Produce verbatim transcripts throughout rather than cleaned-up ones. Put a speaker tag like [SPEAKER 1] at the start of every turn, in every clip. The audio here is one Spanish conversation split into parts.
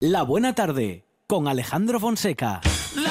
[SPEAKER 1] La Buena Tarde, con Alejandro Fonseca.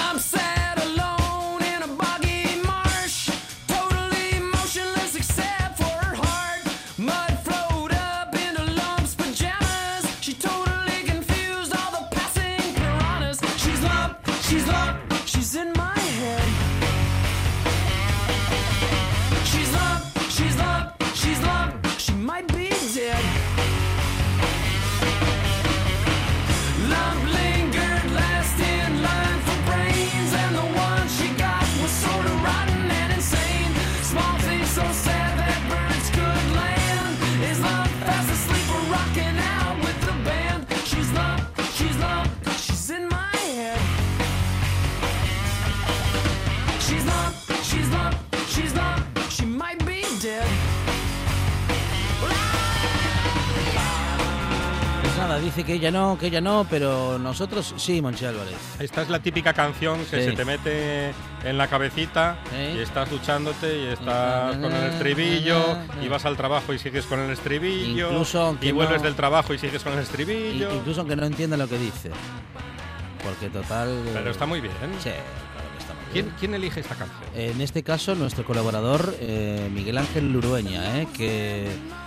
[SPEAKER 2] Dice que ella no, que ella no, pero nosotros sí, Monchi Álvarez.
[SPEAKER 3] Esta es la típica canción que sí. se te mete en la cabecita, ¿sí? Y estás duchándote y estás con el estribillo, y vas al trabajo y sigues con el estribillo,
[SPEAKER 2] incluso
[SPEAKER 3] y vuelves
[SPEAKER 2] no,
[SPEAKER 3] del trabajo y sigues con el estribillo.
[SPEAKER 2] Incluso aunque no entienda lo que dice. Porque total...
[SPEAKER 3] Pero está muy bien.
[SPEAKER 2] Sí, claro que está muy
[SPEAKER 3] ¿Quién,
[SPEAKER 2] bien.
[SPEAKER 3] ¿Quién elige esta canción?
[SPEAKER 2] En este caso, nuestro colaborador, eh, Miguel Ángel Lurueña, eh, que...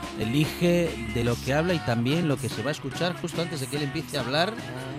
[SPEAKER 2] elige de lo que habla y también lo que se va a escuchar justo antes de que él empiece a hablar,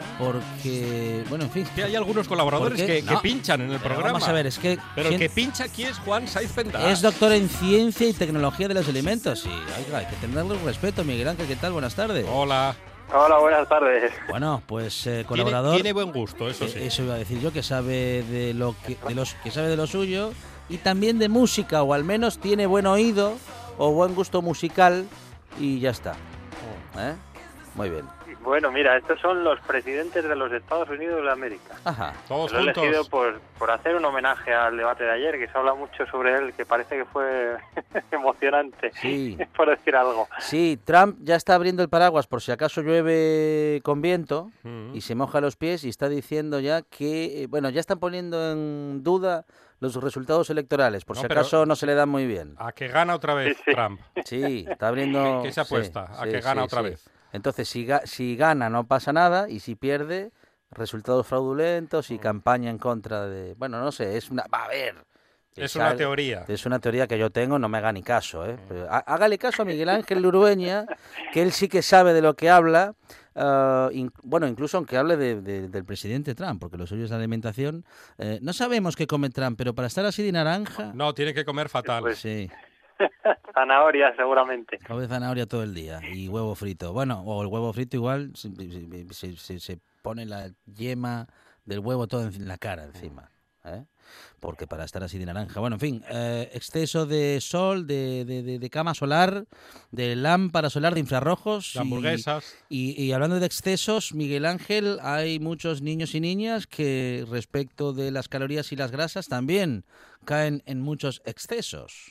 [SPEAKER 2] porque, bueno, en fin...
[SPEAKER 3] Que hay algunos colaboradores que,
[SPEAKER 2] no,
[SPEAKER 3] que pinchan en el programa.
[SPEAKER 2] Vamos a ver, es que...
[SPEAKER 3] Pero el que pincha aquí es Juan Saiz Pendas.
[SPEAKER 2] Es doctor en Ciencia y Tecnología de los Alimentos. Y oiga, hay que tenerle respeto. Miguel Ángel, ¿qué tal? Buenas tardes.
[SPEAKER 3] Hola.
[SPEAKER 4] Hola, buenas tardes.
[SPEAKER 2] Bueno, pues eh, colaborador...
[SPEAKER 3] Tiene, tiene buen gusto, eso sí.
[SPEAKER 2] Eh, eso iba a decir yo, que sabe de lo que, de los, que sabe de lo suyo y también de música, o al menos tiene buen oído o buen gusto musical. Y ya está. ¿Eh? Muy bien.
[SPEAKER 4] Bueno, mira, estos son los presidentes de los Estados Unidos de América.
[SPEAKER 2] Ajá.
[SPEAKER 3] Todos
[SPEAKER 4] Lo he
[SPEAKER 3] juntos.
[SPEAKER 4] elegido por, por hacer un homenaje al debate de ayer, que se habla mucho sobre él, que parece que fue emocionante,
[SPEAKER 2] sí.
[SPEAKER 4] por decir algo.
[SPEAKER 2] Sí, Trump ya está abriendo el paraguas por si acaso llueve con viento uh-huh. y se moja los pies y está diciendo ya que, bueno, ya están poniendo en duda los resultados electorales, por no, si acaso no se le dan muy bien.
[SPEAKER 3] A que gana otra vez
[SPEAKER 4] sí, sí.
[SPEAKER 3] Trump.
[SPEAKER 2] Sí, está abriendo...
[SPEAKER 3] ¿Qué, qué se apuesta?
[SPEAKER 2] Sí,
[SPEAKER 3] a
[SPEAKER 2] sí,
[SPEAKER 3] que gana
[SPEAKER 2] sí,
[SPEAKER 3] otra
[SPEAKER 2] sí.
[SPEAKER 3] vez.
[SPEAKER 2] Entonces, si, ga- si gana no pasa nada, y si pierde, resultados fraudulentos y uh-huh. campaña en contra de... Bueno, no sé, es una... Va a ver...
[SPEAKER 3] Es, es una algo, teoría.
[SPEAKER 2] Es una teoría que yo tengo, no me haga ni caso, ¿eh? Pero hágale caso a Miguel Ángel Lurueña, que él sí que sabe de lo que habla. Uh, in, bueno, incluso aunque hable de, de, del presidente Trump, porque lo suyo es la alimentación. Eh, no sabemos qué come Trump, pero para estar así de naranja...
[SPEAKER 3] No, tiene que comer fatal.
[SPEAKER 4] Pues,
[SPEAKER 2] sí.
[SPEAKER 4] Zanahoria, seguramente.
[SPEAKER 2] Come zanahoria todo el día y huevo frito. Bueno, o el huevo frito igual se, se, se, se pone la yema del huevo todo en la cara encima. ¿Eh? Porque para estar así de naranja, bueno, en fin, eh, exceso de sol, de, de, de, de cama solar, de lámpara solar, de infrarrojos,
[SPEAKER 3] de hamburguesas.
[SPEAKER 2] Y, y, y hablando de excesos, Miguel Ángel, hay muchos niños y niñas que respecto de las calorías y las grasas también caen en muchos excesos.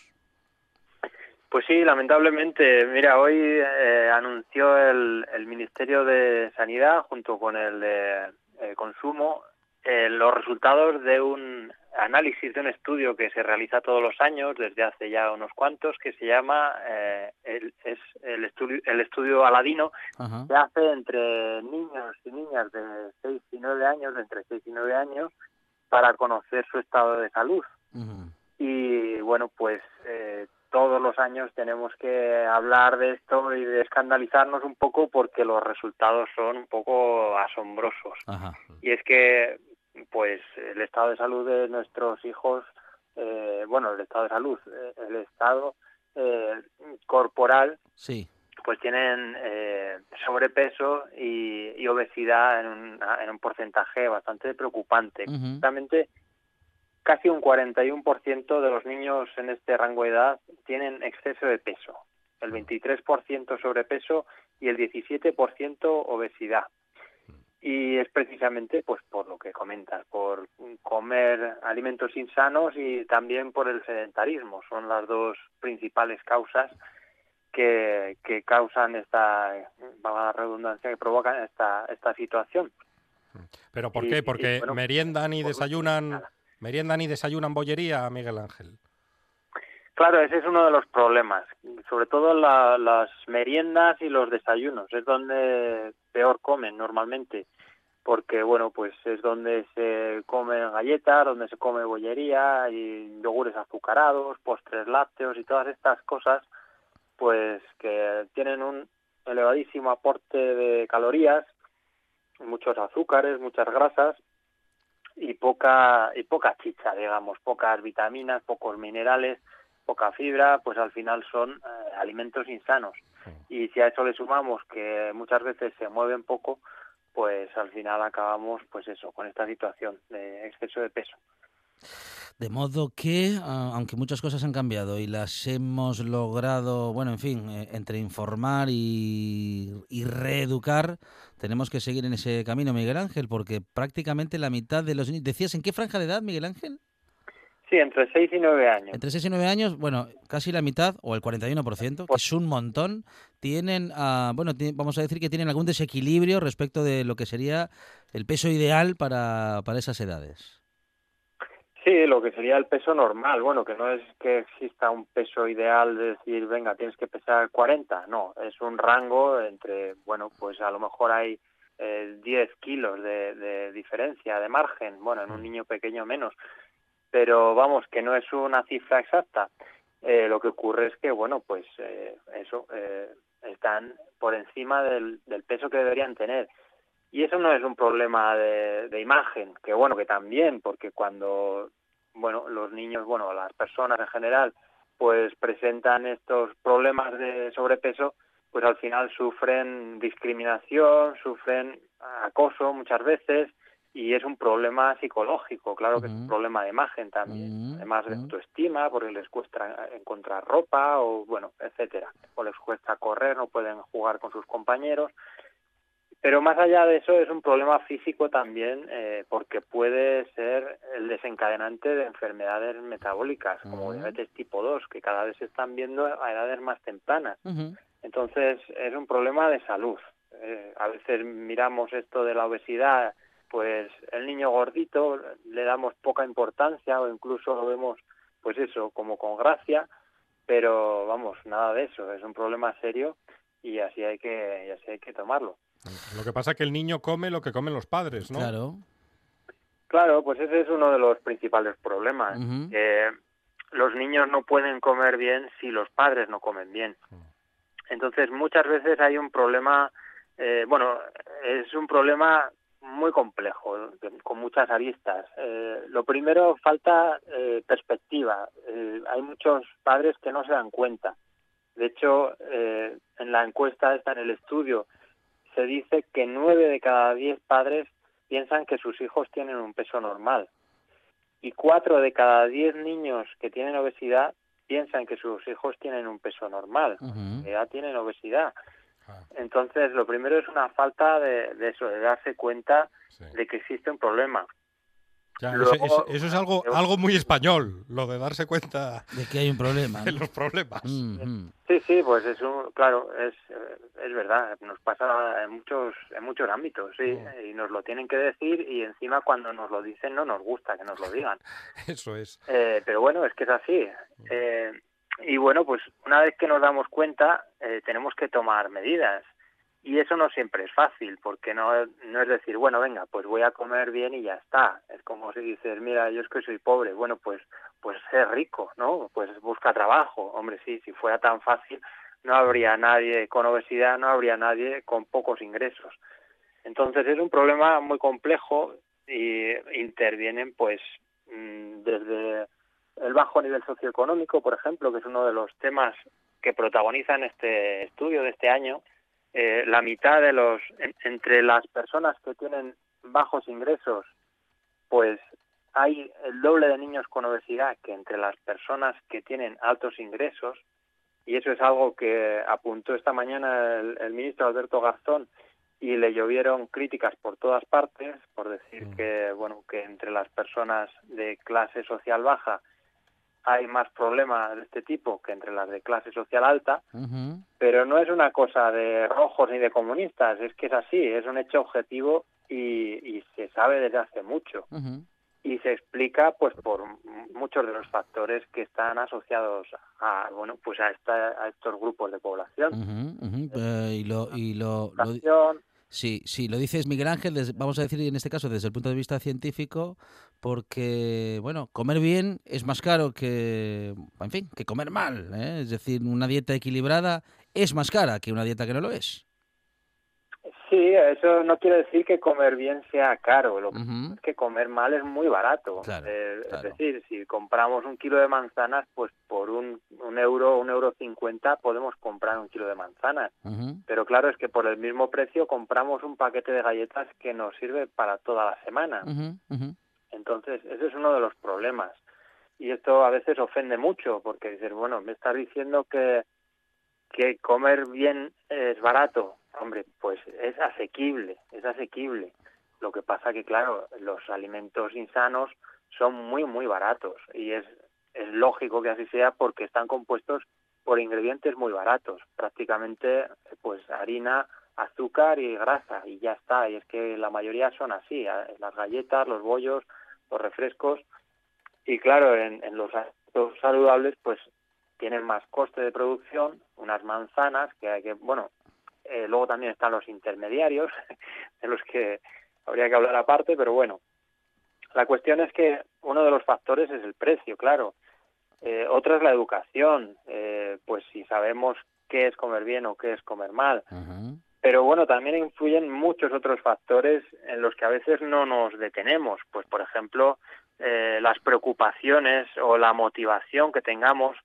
[SPEAKER 4] Pues sí, lamentablemente. Mira, hoy eh, anunció el, el Ministerio de Sanidad junto con el de eh, Consumo Eh, los resultados de un análisis de un estudio que se realiza todos los años desde hace ya unos cuantos, que se llama eh, el, es el estudio el estudio Aladino. Ajá. Se hace entre niños y niñas de seis y nueve años, de entre seis y nueve años, para conocer su estado de salud. Uh-huh. Y bueno, pues eh, todos los años tenemos que hablar de esto y de escandalizarnos un poco porque los resultados son un poco asombrosos.
[SPEAKER 2] Ajá.
[SPEAKER 4] Y es que pues el estado de salud de nuestros hijos, eh, bueno, el estado de salud, eh, el estado eh, corporal,
[SPEAKER 2] sí.
[SPEAKER 4] pues tienen eh, sobrepeso y, y obesidad en un, en un porcentaje bastante preocupante.
[SPEAKER 2] Uh-huh.
[SPEAKER 4] Realmente, casi un cuarenta y uno por ciento de los niños en este rango de edad tienen exceso de peso, el veintitrés por ciento sobrepeso y el diecisiete por ciento obesidad. Y es precisamente pues por lo que comentas, por comer alimentos insanos y también por el sedentarismo. Son las dos principales causas que, que causan esta, valga la redundancia, que provocan esta esta situación.
[SPEAKER 3] ¿Pero por qué?
[SPEAKER 4] Y,
[SPEAKER 3] Porque
[SPEAKER 4] y, bueno,
[SPEAKER 3] meriendan y
[SPEAKER 4] por
[SPEAKER 3] desayunan,
[SPEAKER 4] nada.
[SPEAKER 3] meriendan y desayunan bollería, Miguel Ángel.
[SPEAKER 4] Claro, ese es uno de los problemas, sobre todo la, las meriendas y los desayunos, es donde peor comen normalmente. porque bueno, pues es donde se comen galletas, donde se come bollería y yogures azucarados, postres lácteos y todas estas cosas, pues que tienen un elevadísimo aporte de calorías, muchos azúcares, muchas grasas y poca y poca chicha, digamos, pocas vitaminas, pocos minerales, poca fibra, pues al final son eh, alimentos insanos. Y si a eso le sumamos que muchas veces se mueven poco, pues al final acabamos, pues eso, con esta situación de exceso de peso.
[SPEAKER 2] De modo que, aunque muchas cosas han cambiado y las hemos logrado, bueno, en fin, eh, entre informar y, y reeducar, tenemos que seguir en ese camino, Miguel Ángel, porque prácticamente la mitad de los niños... ¿Decías en qué franja de edad, Miguel Ángel?
[SPEAKER 4] Sí, entre seis y nueve años.
[SPEAKER 2] Entre seis y nueve años, bueno, casi la mitad, o el cuarenta y uno por ciento, que es un montón, tienen, uh, bueno, t- vamos a decir que tienen algún desequilibrio respecto de lo que sería el peso ideal para, para esas edades.
[SPEAKER 4] Sí, lo que sería el peso normal. Bueno, que no es que exista un peso ideal de decir, venga, tienes que pesar cuarenta. No, es un rango entre, bueno, pues a lo mejor hay eh, diez kilos de, de diferencia, de margen. Bueno, en un niño pequeño menos. Pero vamos, que no es una cifra exacta. Eh, lo que ocurre es que, bueno, pues eh, eso, eh, están por encima del, del peso que deberían tener. Y eso no es un problema de, de imagen, que bueno, que también, porque cuando, bueno, los niños, bueno, las personas en general, pues presentan estos problemas de sobrepeso, pues al final sufren discriminación, sufren acoso muchas veces, y es un problema psicológico, claro que uh-huh. es un problema de imagen también, uh-huh. además de autoestima, porque les cuesta encontrar ropa, o bueno, etcétera, o les cuesta correr, no pueden jugar con sus compañeros. Pero más allá de eso es un problema físico también, eh, porque puede ser el desencadenante de enfermedades metabólicas, como uh-huh. diabetes tipo dos, que cada vez se están viendo a edades más tempranas. Uh-huh. Entonces es un problema de salud. Eh, a veces miramos esto de la obesidad, pues el niño gordito le damos poca importancia o incluso lo vemos, pues eso, como con gracia, pero vamos, nada de eso, es un problema serio y así hay que, y así hay que tomarlo.
[SPEAKER 3] Lo que pasa es que el niño come lo que comen los padres, ¿no?
[SPEAKER 2] Claro.
[SPEAKER 4] Claro, pues ese es uno de los principales problemas. Uh-huh. Eh, los niños no pueden comer bien si los padres no comen bien. Entonces, muchas veces hay un problema, eh, bueno, es un problema muy complejo, con muchas aristas. Eh, lo primero, falta eh, perspectiva. Eh, hay muchos padres que no se dan cuenta. De hecho, eh, en la encuesta esta, en el estudio, se dice que nueve de cada diez padres piensan que sus hijos tienen un peso normal y cuatro de cada diez niños que tienen obesidad piensan que sus hijos tienen un peso normal, uh-huh. que ya tienen obesidad. Entonces, lo primero es una falta de, de eso, de darse cuenta sí. de que existe un problema.
[SPEAKER 3] Ya, Luego, eso, eso es algo algo muy español, lo de darse cuenta
[SPEAKER 2] de que hay un problema, ¿no?
[SPEAKER 3] de los problemas.
[SPEAKER 2] Mm-hmm.
[SPEAKER 4] Sí, sí, pues es un, claro, es es verdad, nos pasa en muchos en muchos ámbitos, sí, mm. y nos lo tienen que decir y encima cuando nos lo dicen no nos gusta que nos lo digan.
[SPEAKER 3] Eso es.
[SPEAKER 4] Eh, pero bueno, es que es así. Eh, y bueno, pues una vez que nos damos cuenta, eh, tenemos que tomar medidas. Y eso no siempre es fácil, porque no, no es decir, bueno, venga, pues voy a comer bien y ya está. Es como si dices, mira, yo es que soy pobre. Bueno, pues pues ser rico, ¿no? Pues busca trabajo. Hombre, sí, si fuera tan fácil, no habría nadie con obesidad, no habría nadie con pocos ingresos. Entonces es un problema muy complejo y intervienen, pues, desde el bajo nivel socioeconómico, por ejemplo, que es uno de los temas que protagonizan este estudio de este año. Eh, la mitad de los, en, entre las personas que tienen bajos ingresos, pues hay el doble de niños con obesidad que entre las personas que tienen altos ingresos, y eso es algo que apuntó esta mañana el, el ministro Alberto Garzón, y le llovieron críticas por todas partes, por decir mm. que, bueno, que entre las personas de clase social baja hay más problemas de este tipo que entre las de clase social alta, uh-huh. pero no es una cosa de rojos ni de comunistas, es que es así, es un hecho objetivo y, y se sabe desde hace mucho. Uh-huh. Y se explica pues por muchos de los factores que están asociados a bueno pues a, esta, a estos grupos de población.
[SPEAKER 2] Uh-huh, uh-huh. Eh, y lo y lo, lo Sí, sí, lo dices Miguel Ángel, des, vamos a decir en este caso desde el punto de vista científico, porque, bueno, comer bien es más caro que, en fin, que comer mal, ¿eh? Es decir, una dieta equilibrada es más cara que una dieta que no lo es.
[SPEAKER 4] Sí, eso no quiere decir que comer bien sea caro, lo que
[SPEAKER 2] Uh-huh.
[SPEAKER 4] es que comer mal es muy barato.
[SPEAKER 2] Claro,
[SPEAKER 4] eh,
[SPEAKER 2] claro.
[SPEAKER 4] Es decir, si compramos un kilo de manzanas, pues por un, un euro, un euro cincuenta podemos comprar un kilo de manzanas.
[SPEAKER 2] Uh-huh.
[SPEAKER 4] Pero claro, es que por el mismo precio compramos un paquete de galletas que nos sirve para toda la semana.
[SPEAKER 2] Uh-huh. Uh-huh.
[SPEAKER 4] Entonces, ese es uno de los problemas. Y esto a veces ofende mucho, porque dices, bueno, me estás diciendo que, que comer bien es barato. Hombre, pues es asequible, es asequible. Lo que pasa que, claro, los alimentos insanos son muy, muy baratos. Y es, es lógico que así sea porque están compuestos por ingredientes muy baratos. Prácticamente, pues harina, azúcar y grasa, y ya está. Y es que la mayoría son así, las galletas, los bollos, los refrescos. Y claro, en, en los alimentos saludables, pues tienen más coste de producción, unas manzanas que hay que, bueno, eh, luego también están los intermediarios, de los que habría que hablar aparte, pero bueno, la cuestión es que uno de los factores es el precio, claro. Eh, otra es la educación, eh, pues si sabemos qué es comer bien o qué es comer mal.
[SPEAKER 2] Uh-huh.
[SPEAKER 4] Pero bueno, también influyen muchos otros factores en los que a veces no nos detenemos. Pues por ejemplo, eh, las preocupaciones o la motivación que tengamos.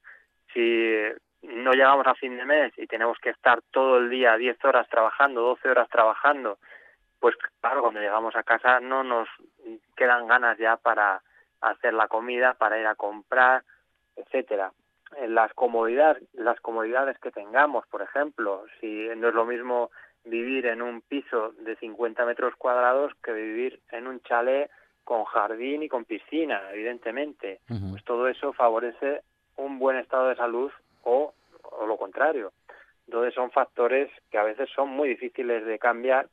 [SPEAKER 4] Si no llegamos a fin de mes y tenemos que estar todo el día diez horas trabajando, doce horas trabajando, pues claro, cuando llegamos a casa no nos quedan ganas ya para hacer la comida, para ir a comprar, etcétera. Las comodidades, las comodidades que tengamos, por ejemplo, si no es lo mismo vivir en un piso de cincuenta metros cuadrados que vivir en un chalet con jardín y con piscina, evidentemente.
[SPEAKER 2] Uh-huh.
[SPEAKER 4] Pues todo eso favorece un buen estado de salud o, o lo contrario. Entonces son factores que a veces son muy difíciles de cambiar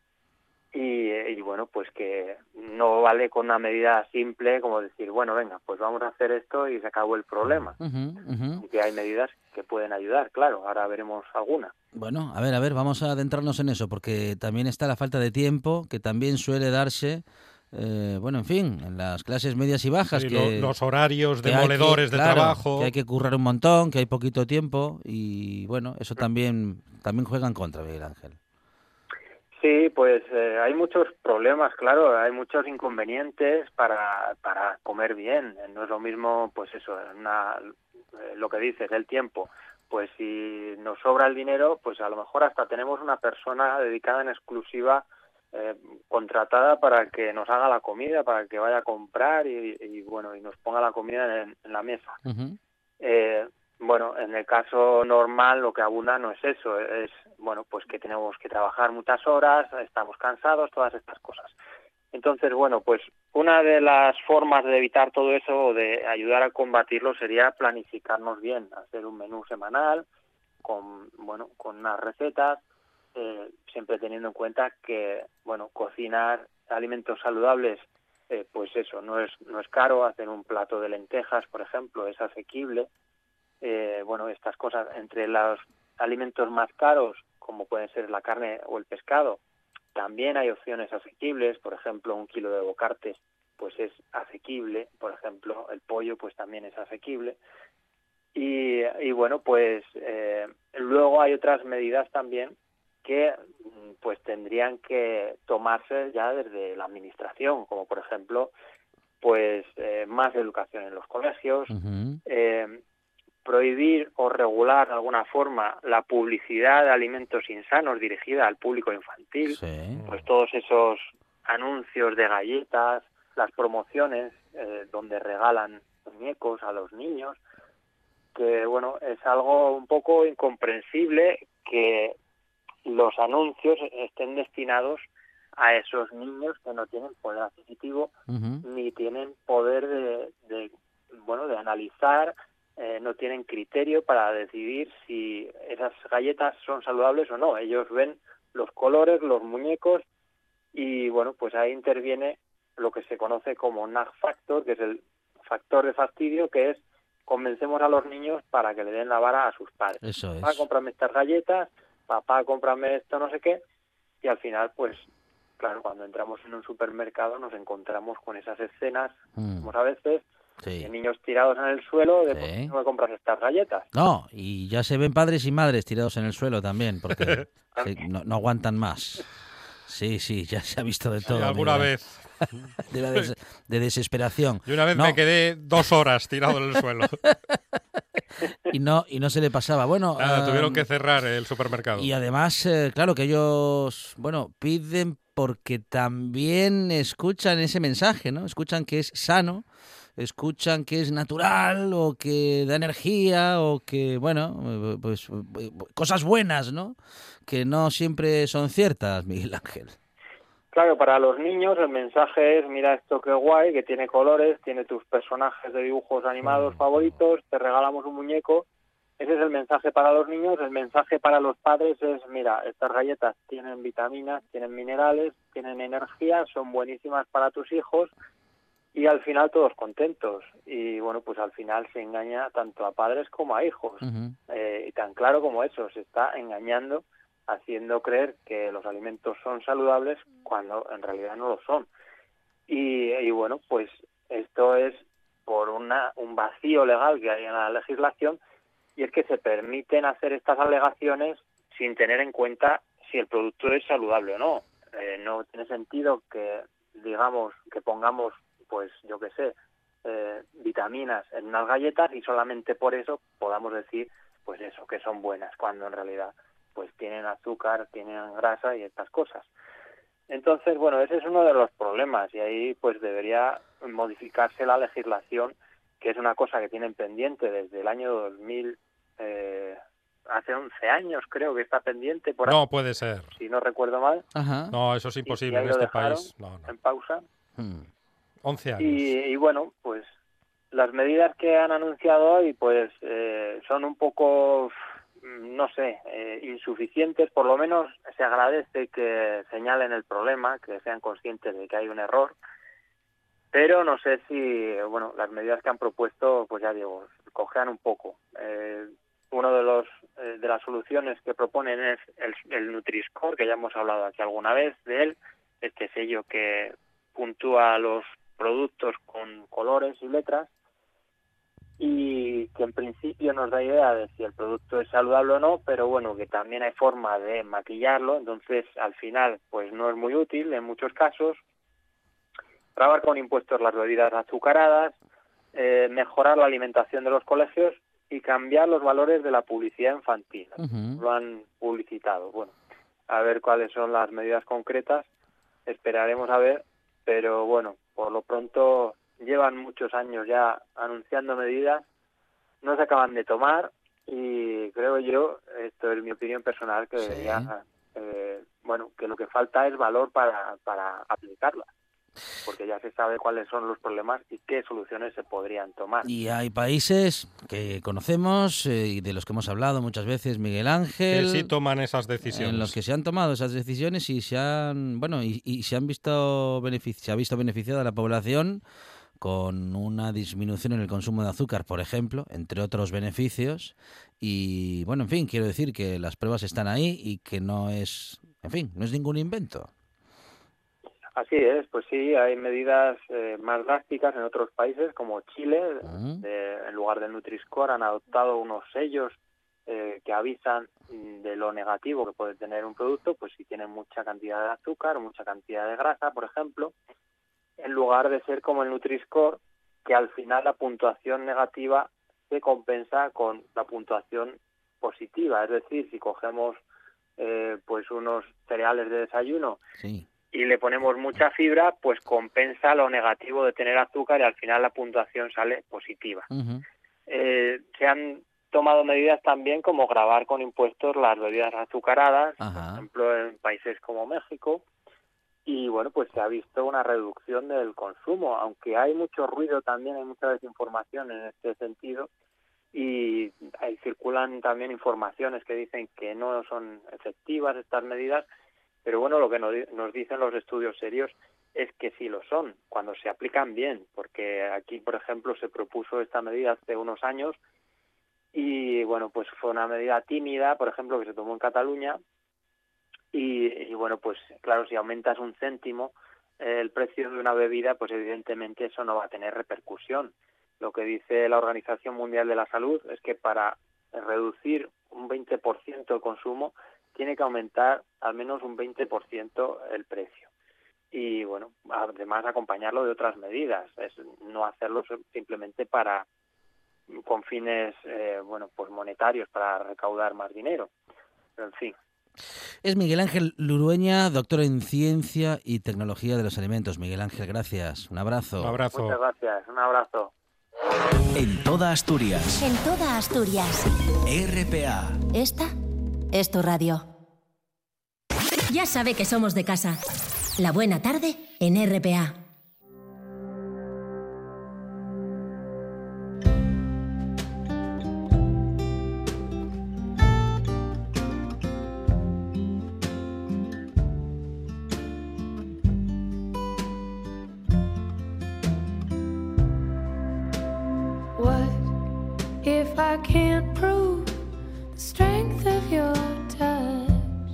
[SPEAKER 4] y, y bueno, pues que no vale con una medida simple como decir, bueno, venga, pues vamos a hacer esto y se acabó el problema.
[SPEAKER 2] Uh-huh. Uh-huh.
[SPEAKER 4] Aunque hay medidas que pueden ayudar, claro, ahora veremos alguna.
[SPEAKER 2] Bueno, a ver, a ver, vamos a adentrarnos en eso, porque también está la falta de tiempo, que también suele darse, eh, bueno, en fin, en las clases medias y bajas.
[SPEAKER 3] Sí,
[SPEAKER 2] que,
[SPEAKER 3] los horarios
[SPEAKER 2] que
[SPEAKER 3] demoledores
[SPEAKER 2] que,
[SPEAKER 3] de
[SPEAKER 2] claro,
[SPEAKER 3] trabajo.
[SPEAKER 2] Que hay que currar un montón, que hay poquito tiempo, y bueno, eso también, también juega en contra, Miguel Ángel.
[SPEAKER 4] Sí, pues eh, hay muchos problemas, claro, hay muchos inconvenientes para, para comer bien. No es lo mismo, pues eso, una, eh, lo que dices, el tiempo. Pues si nos sobra el dinero, pues a lo mejor hasta tenemos una persona dedicada en exclusiva, eh, contratada para que nos haga la comida, para que vaya a comprar y, y bueno, y nos ponga la comida en, en la mesa.
[SPEAKER 2] Uh-huh.
[SPEAKER 4] Eh, bueno, en el caso normal lo que abunda no es eso, es, bueno, pues que tenemos que trabajar muchas horas, estamos cansados, todas estas cosas. Entonces, bueno, pues una de las formas de evitar todo eso o de ayudar a combatirlo sería planificarnos bien, hacer un menú semanal con, bueno, con unas recetas, eh, siempre teniendo en cuenta que, bueno, cocinar alimentos saludables, eh, pues eso, no es, no es caro. Hacer un plato de lentejas, por ejemplo, es asequible. Eh, bueno, estas cosas, entre los alimentos más caros, como pueden ser la carne o el pescado, también hay opciones asequibles. Por ejemplo, un kilo de bocartes pues es asequible. Por ejemplo, el pollo pues también es asequible. Y, y bueno, pues eh, luego hay otras medidas también que pues tendrían que tomarse ya desde la administración, como por ejemplo pues eh, más educación en los colegios,
[SPEAKER 2] Uh-huh.
[SPEAKER 4] eh, prohibir o regular de alguna forma la publicidad de alimentos insanos dirigida al público infantil,
[SPEAKER 2] Sí.
[SPEAKER 4] pues todos esos anuncios de galletas, las promociones eh, donde regalan muñecos a los niños, que bueno, es algo un poco incomprensible que los anuncios estén destinados a esos niños que no tienen poder adquisitivo,
[SPEAKER 2] Uh-huh.
[SPEAKER 4] ni tienen poder de, de bueno de analizar, eh, no tienen criterio para decidir si esas galletas son saludables o no. Ellos ven los colores, los muñecos, y bueno, pues ahí interviene lo que se conoce como nag factor, que es el factor de fastidio, que es convencemos a los niños para que le den la vara a sus padres.
[SPEAKER 2] Eso es.
[SPEAKER 4] Papá, cómprame estas galletas, papá, cómprame esto, no sé qué. y al final, pues, claro, cuando entramos en un supermercado nos encontramos con esas escenas,
[SPEAKER 2] Mm.
[SPEAKER 4] como a veces,
[SPEAKER 2] Sí.
[SPEAKER 4] de niños tirados en el suelo, de
[SPEAKER 2] Sí.
[SPEAKER 4] ¿por qué no me compras estas galletas?
[SPEAKER 2] No, y ya se ven padres y madres tirados en el suelo también, porque sí, no, no aguantan más. Sí, sí, ya se ha visto de
[SPEAKER 3] Sí,
[SPEAKER 2] todo.
[SPEAKER 3] alguna
[SPEAKER 2] de,
[SPEAKER 3] vez.
[SPEAKER 2] De, la des- de desesperación.
[SPEAKER 3] Y una vez
[SPEAKER 2] No,
[SPEAKER 3] me quedé dos horas tirado en el suelo.
[SPEAKER 2] y no y no se le pasaba. Bueno,
[SPEAKER 3] Nada, tuvieron
[SPEAKER 2] em,
[SPEAKER 3] que cerrar el supermercado.
[SPEAKER 2] y además, eh, claro, que ellos, bueno, piden porque también escuchan ese mensaje, ¿no? Escuchan que es sano, escuchan que es natural o que da energía o que, bueno, eh, pues eh, cosas buenas, ¿no? Que no siempre son ciertas, Miguel Ángel.
[SPEAKER 4] Claro, para los niños el mensaje es, mira esto qué guay, que tiene colores, tiene tus personajes de dibujos animados favoritos, te regalamos un muñeco. Ese es el mensaje para los niños. El mensaje para los padres es, mira, estas galletas tienen vitaminas, tienen minerales, tienen energía, son buenísimas para tus hijos, y al final todos contentos. Y bueno, pues al final se engaña tanto a padres como a hijos.
[SPEAKER 2] Uh-huh.
[SPEAKER 4] Eh, y tan claro como eso, se está engañando, haciendo creer que los alimentos son saludables cuando en realidad no lo son. Y, y bueno, pues esto es por una, un vacío legal que hay en la legislación, y es que se permiten hacer estas alegaciones sin tener en cuenta si el producto es saludable o no. Eh, no tiene sentido que, digamos, que pongamos, pues yo qué sé, eh, vitaminas en unas galletas y solamente por eso podamos decir, pues eso, que son buenas, cuando en realidad pues tienen azúcar, tienen grasa y estas cosas. Entonces, bueno, ese es uno de los problemas, y ahí pues debería modificarse la legislación, que es una cosa que tienen pendiente desde el año dos mil, eh, hace once años creo que está pendiente, por
[SPEAKER 3] No
[SPEAKER 4] ahí,
[SPEAKER 3] puede ser.
[SPEAKER 4] si no recuerdo mal.
[SPEAKER 2] Ajá.
[SPEAKER 3] No, eso es
[SPEAKER 4] y-
[SPEAKER 3] imposible
[SPEAKER 4] y ahí
[SPEAKER 3] en
[SPEAKER 4] lo
[SPEAKER 3] este
[SPEAKER 4] dejaron
[SPEAKER 3] país. No, no.
[SPEAKER 4] en pausa.
[SPEAKER 2] Hmm.
[SPEAKER 3] once años.
[SPEAKER 4] Y, y bueno, pues las medidas que han anunciado hoy pues eh, son un poco, no sé, eh, insuficientes. Por lo menos se agradece que señalen el problema, que sean conscientes de que hay un error, pero no sé si, bueno, las medidas que han propuesto, pues ya digo, cojean un poco. Eh, uno de los eh, de las soluciones que proponen es el, el Nutri-Score, que ya hemos hablado aquí alguna vez de él, este sello que puntúa los productos con colores y letras, y que en principio nos da idea de si el producto es saludable o no, pero bueno, que también hay forma de maquillarlo, entonces al final pues no es muy útil en muchos casos. Grabar con impuestos las bebidas azucaradas, eh, mejorar la alimentación de los colegios y cambiar los valores de la publicidad infantil.
[SPEAKER 2] Uh-huh.
[SPEAKER 4] Lo han publicitado. Bueno, a ver cuáles son las medidas concretas, esperaremos a ver, pero bueno, por lo pronto llevan muchos años ya anunciando medidas, no se acaban de tomar, y creo yo, esto es mi opinión personal, que
[SPEAKER 2] Sí.
[SPEAKER 4] debería, eh, bueno, que lo que falta es valor para, para aplicarlas, porque ya se sabe cuáles son los problemas y qué soluciones se podrían tomar.
[SPEAKER 2] Y hay países que conocemos eh, y de los que hemos hablado muchas veces, Miguel Ángel,
[SPEAKER 3] Que sí toman esas decisiones.
[SPEAKER 2] en los que se han tomado esas decisiones y se han, bueno, y, y se han visto benefici- se ha visto beneficiada la población con una disminución en el consumo de azúcar, por ejemplo, entre otros beneficios. Y bueno, en fin, quiero decir que las pruebas están ahí y que no es, en fin, no es ningún invento.
[SPEAKER 4] Así es, pues sí, hay medidas eh, más drásticas en otros países como Chile.
[SPEAKER 2] Uh-huh.
[SPEAKER 4] de, en lugar del Nutri-Score han adoptado unos sellos eh, que avisan de lo negativo que puede tener un producto, pues si tiene mucha cantidad de azúcar o mucha cantidad de grasa, por ejemplo, en lugar de ser como el Nutri-Score, que al final la puntuación negativa se compensa con la puntuación positiva. Es decir, si cogemos eh, pues unos cereales de desayuno,
[SPEAKER 2] Sí.
[SPEAKER 4] y le ponemos mucha fibra, pues compensa lo negativo de tener azúcar, y al final la puntuación sale positiva.
[SPEAKER 2] Uh-huh.
[SPEAKER 4] Eh, se han tomado medidas también como gravar con impuestos las bebidas azucaradas,
[SPEAKER 2] Ajá.
[SPEAKER 4] por ejemplo en países como México, y bueno, pues se ha visto una reducción del consumo, aunque hay mucho ruido también, hay mucha desinformación en este sentido, y ahí circulan también informaciones que dicen que no son efectivas estas medidas. Pero bueno, lo que nos dicen los estudios serios es que sí lo son, cuando se aplican bien, porque aquí, por ejemplo, se propuso esta medida hace unos años y, bueno, pues fue una medida tímida, por ejemplo, que se tomó en Cataluña, y, y bueno, pues claro, si aumentas un céntimo eh, el precio de una bebida, pues evidentemente eso no va a tener repercusión. Lo que dice la Organización Mundial de la Salud es que para reducir un veinte por ciento el consumo tiene que aumentar al menos un veinte por ciento el precio. Y bueno, además acompañarlo de otras medidas, es no hacerlo simplemente para con fines eh, bueno, pues monetarios, para recaudar más dinero. Pero en fin.
[SPEAKER 2] Es Miguel Ángel Lurueña, doctor en Ciencia y Tecnología de los Alimentos. Miguel Ángel, gracias. Un abrazo.
[SPEAKER 3] Un abrazo.
[SPEAKER 4] Muchas gracias. Un abrazo.
[SPEAKER 1] En toda Asturias.
[SPEAKER 5] En toda Asturias.
[SPEAKER 1] R P A.
[SPEAKER 5] Esta es tu radio. Ya sabe que somos de casa. La buena tarde en R P A.
[SPEAKER 6] What if I can't prove the strength of your touch?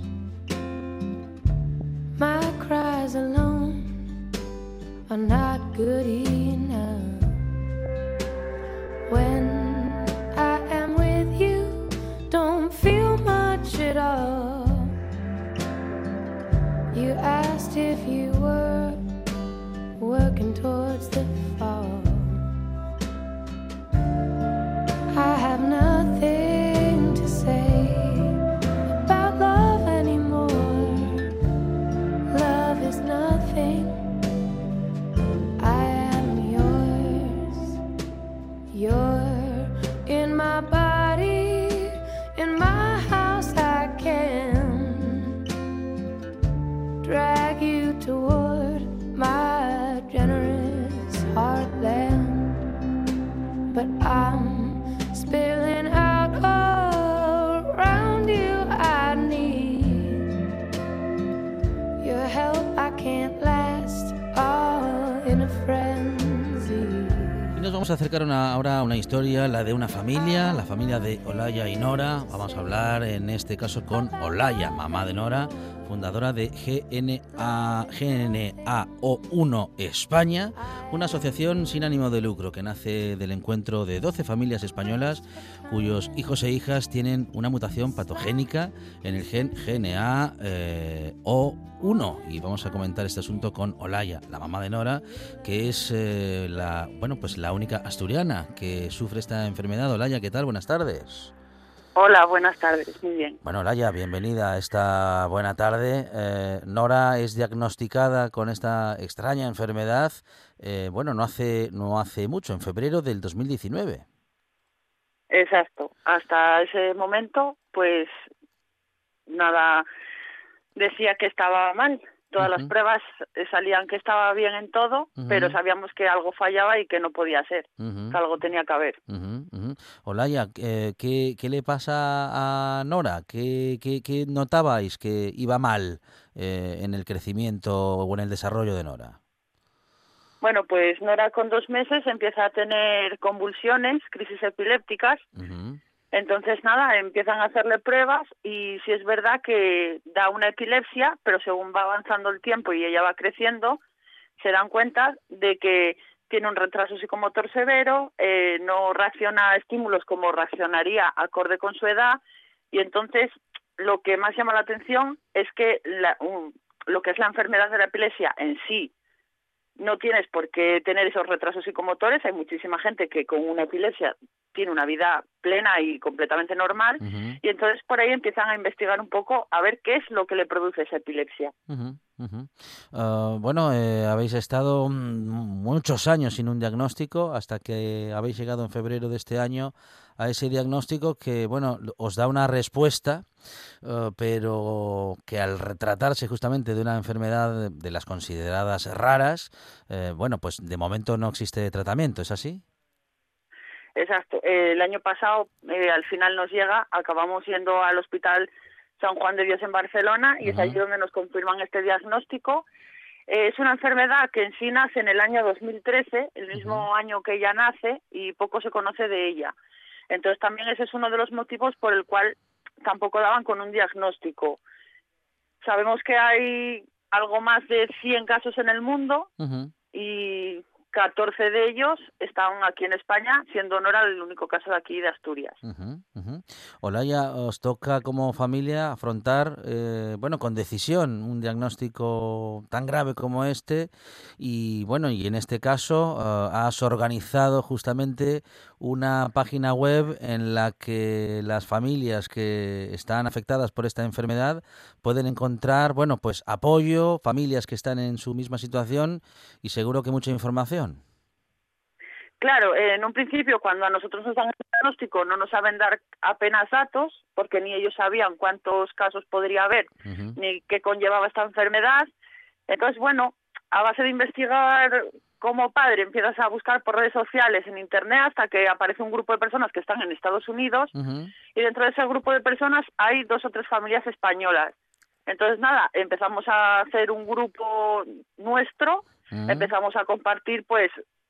[SPEAKER 6] My cries alone are not good enough. When I am with you, don't feel much at all. You asked if you were working towards the fall. I have nothing to say about love anymore. Love is nothing. I am yours. You're in my body, in my house. I can drag you toward my generous heartland, but I'm spilling out all around you. I need your help. I can't last all in a frenzy.
[SPEAKER 2] Y nos vamos a acercar una, ahora a una historia, la de una familia, la familia de Olaya y Nora. Vamos a hablar en este caso con Olaya, mamá de Nora, fundadora de G N A, G N A O uno España, una asociación sin ánimo de lucro que nace del encuentro de doce familias españolas cuyos hijos e hijas tienen una mutación patogénica en el gen G N A O uno. Y vamos a comentar este asunto con Olaya, la mamá de Nora, que es eh, la, bueno, pues la única asturiana que sufre esta enfermedad. Olaya, ¿qué tal? Buenas tardes.
[SPEAKER 7] Hola, buenas tardes, muy bien.
[SPEAKER 2] Bueno, Olaya, bienvenida a esta buena tarde. Eh, Nora es diagnosticada con esta extraña enfermedad, eh, bueno, no hace no hace mucho, en febrero del dos mil diecinueve.
[SPEAKER 7] Exacto. Hasta ese momento, pues nada, decía que estaba mal. Todas uh-huh. las pruebas salían que estaba bien en todo, uh-huh. pero sabíamos que algo fallaba y que no podía ser, uh-huh. que algo tenía que haber.
[SPEAKER 2] Uh-huh. Uh-huh. Olaya, eh, ¿qué, ¿qué le pasa a Nora? ¿Qué, qué, qué notabais que iba mal eh, en el crecimiento o en el desarrollo de Nora?
[SPEAKER 7] Bueno, pues Nora con dos meses empieza a tener convulsiones, crisis epilépticas. Uh-huh. Entonces, nada, empiezan a hacerle pruebas y sí es verdad que da una epilepsia, pero según va avanzando el tiempo y ella va creciendo, se dan cuenta de que tiene un retraso psicomotor severo, eh, no reacciona a estímulos como reaccionaría acorde con su edad, y entonces lo que más llama la atención es que la, un, lo que es la enfermedad de la epilepsia en sí, no tienes por qué tener esos retrasos psicomotores. Hay muchísima gente que con una epilepsia tiene una vida plena y completamente normal, uh-huh. y entonces por ahí empiezan a investigar un poco a ver qué es lo que le produce esa epilepsia.
[SPEAKER 2] Uh-huh. Uh-huh. Uh, bueno, eh, habéis estado muchos años sin un diagnóstico hasta que habéis llegado en febrero de este año a ese diagnóstico que, bueno, os da una respuesta, uh, pero que al retratarse justamente de una enfermedad de las consideradas raras, eh, bueno, pues de momento no existe tratamiento, ¿es así?
[SPEAKER 7] Exacto. Eh, el año pasado, eh, al final nos llega, acabamos yendo al hospital San Juan de Dios en Barcelona y uh-huh. es allí donde nos confirman este diagnóstico. Eh, es una enfermedad que en sí nace en el año dos mil trece, el mismo uh-huh. año que ella nace, y poco se conoce de ella. Entonces también ese es uno de los motivos por el cual tampoco daban con un diagnóstico. sabemos que hay algo más de cien casos en el mundo uh-huh. y catorce de ellos están aquí en España, siendo Nora el único caso de aquí de Asturias.
[SPEAKER 2] Uh-huh, uh-huh. Olaya, os toca como familia afrontar, eh, bueno, con decisión un diagnóstico tan grave como este y, bueno, y en este caso uh, has organizado justamente una página web en la que las familias que están afectadas por esta enfermedad pueden encontrar, bueno, pues apoyo, familias que están en su misma situación y seguro que mucha información.
[SPEAKER 7] Claro, eh, en un principio cuando a nosotros nos dan el diagnóstico no nos saben dar apenas datos porque ni ellos sabían cuántos casos podría haber uh-huh. ni qué conllevaba esta enfermedad. Entonces, bueno, a base de investigar como padre empiezas a buscar por redes sociales, en internet, hasta que aparece un grupo de personas que están en Estados Unidos uh-huh. y dentro de ese grupo de personas hay dos o tres familias españolas. Entonces, nada, empezamos a hacer un grupo nuestro, uh-huh. empezamos a compartir, pues,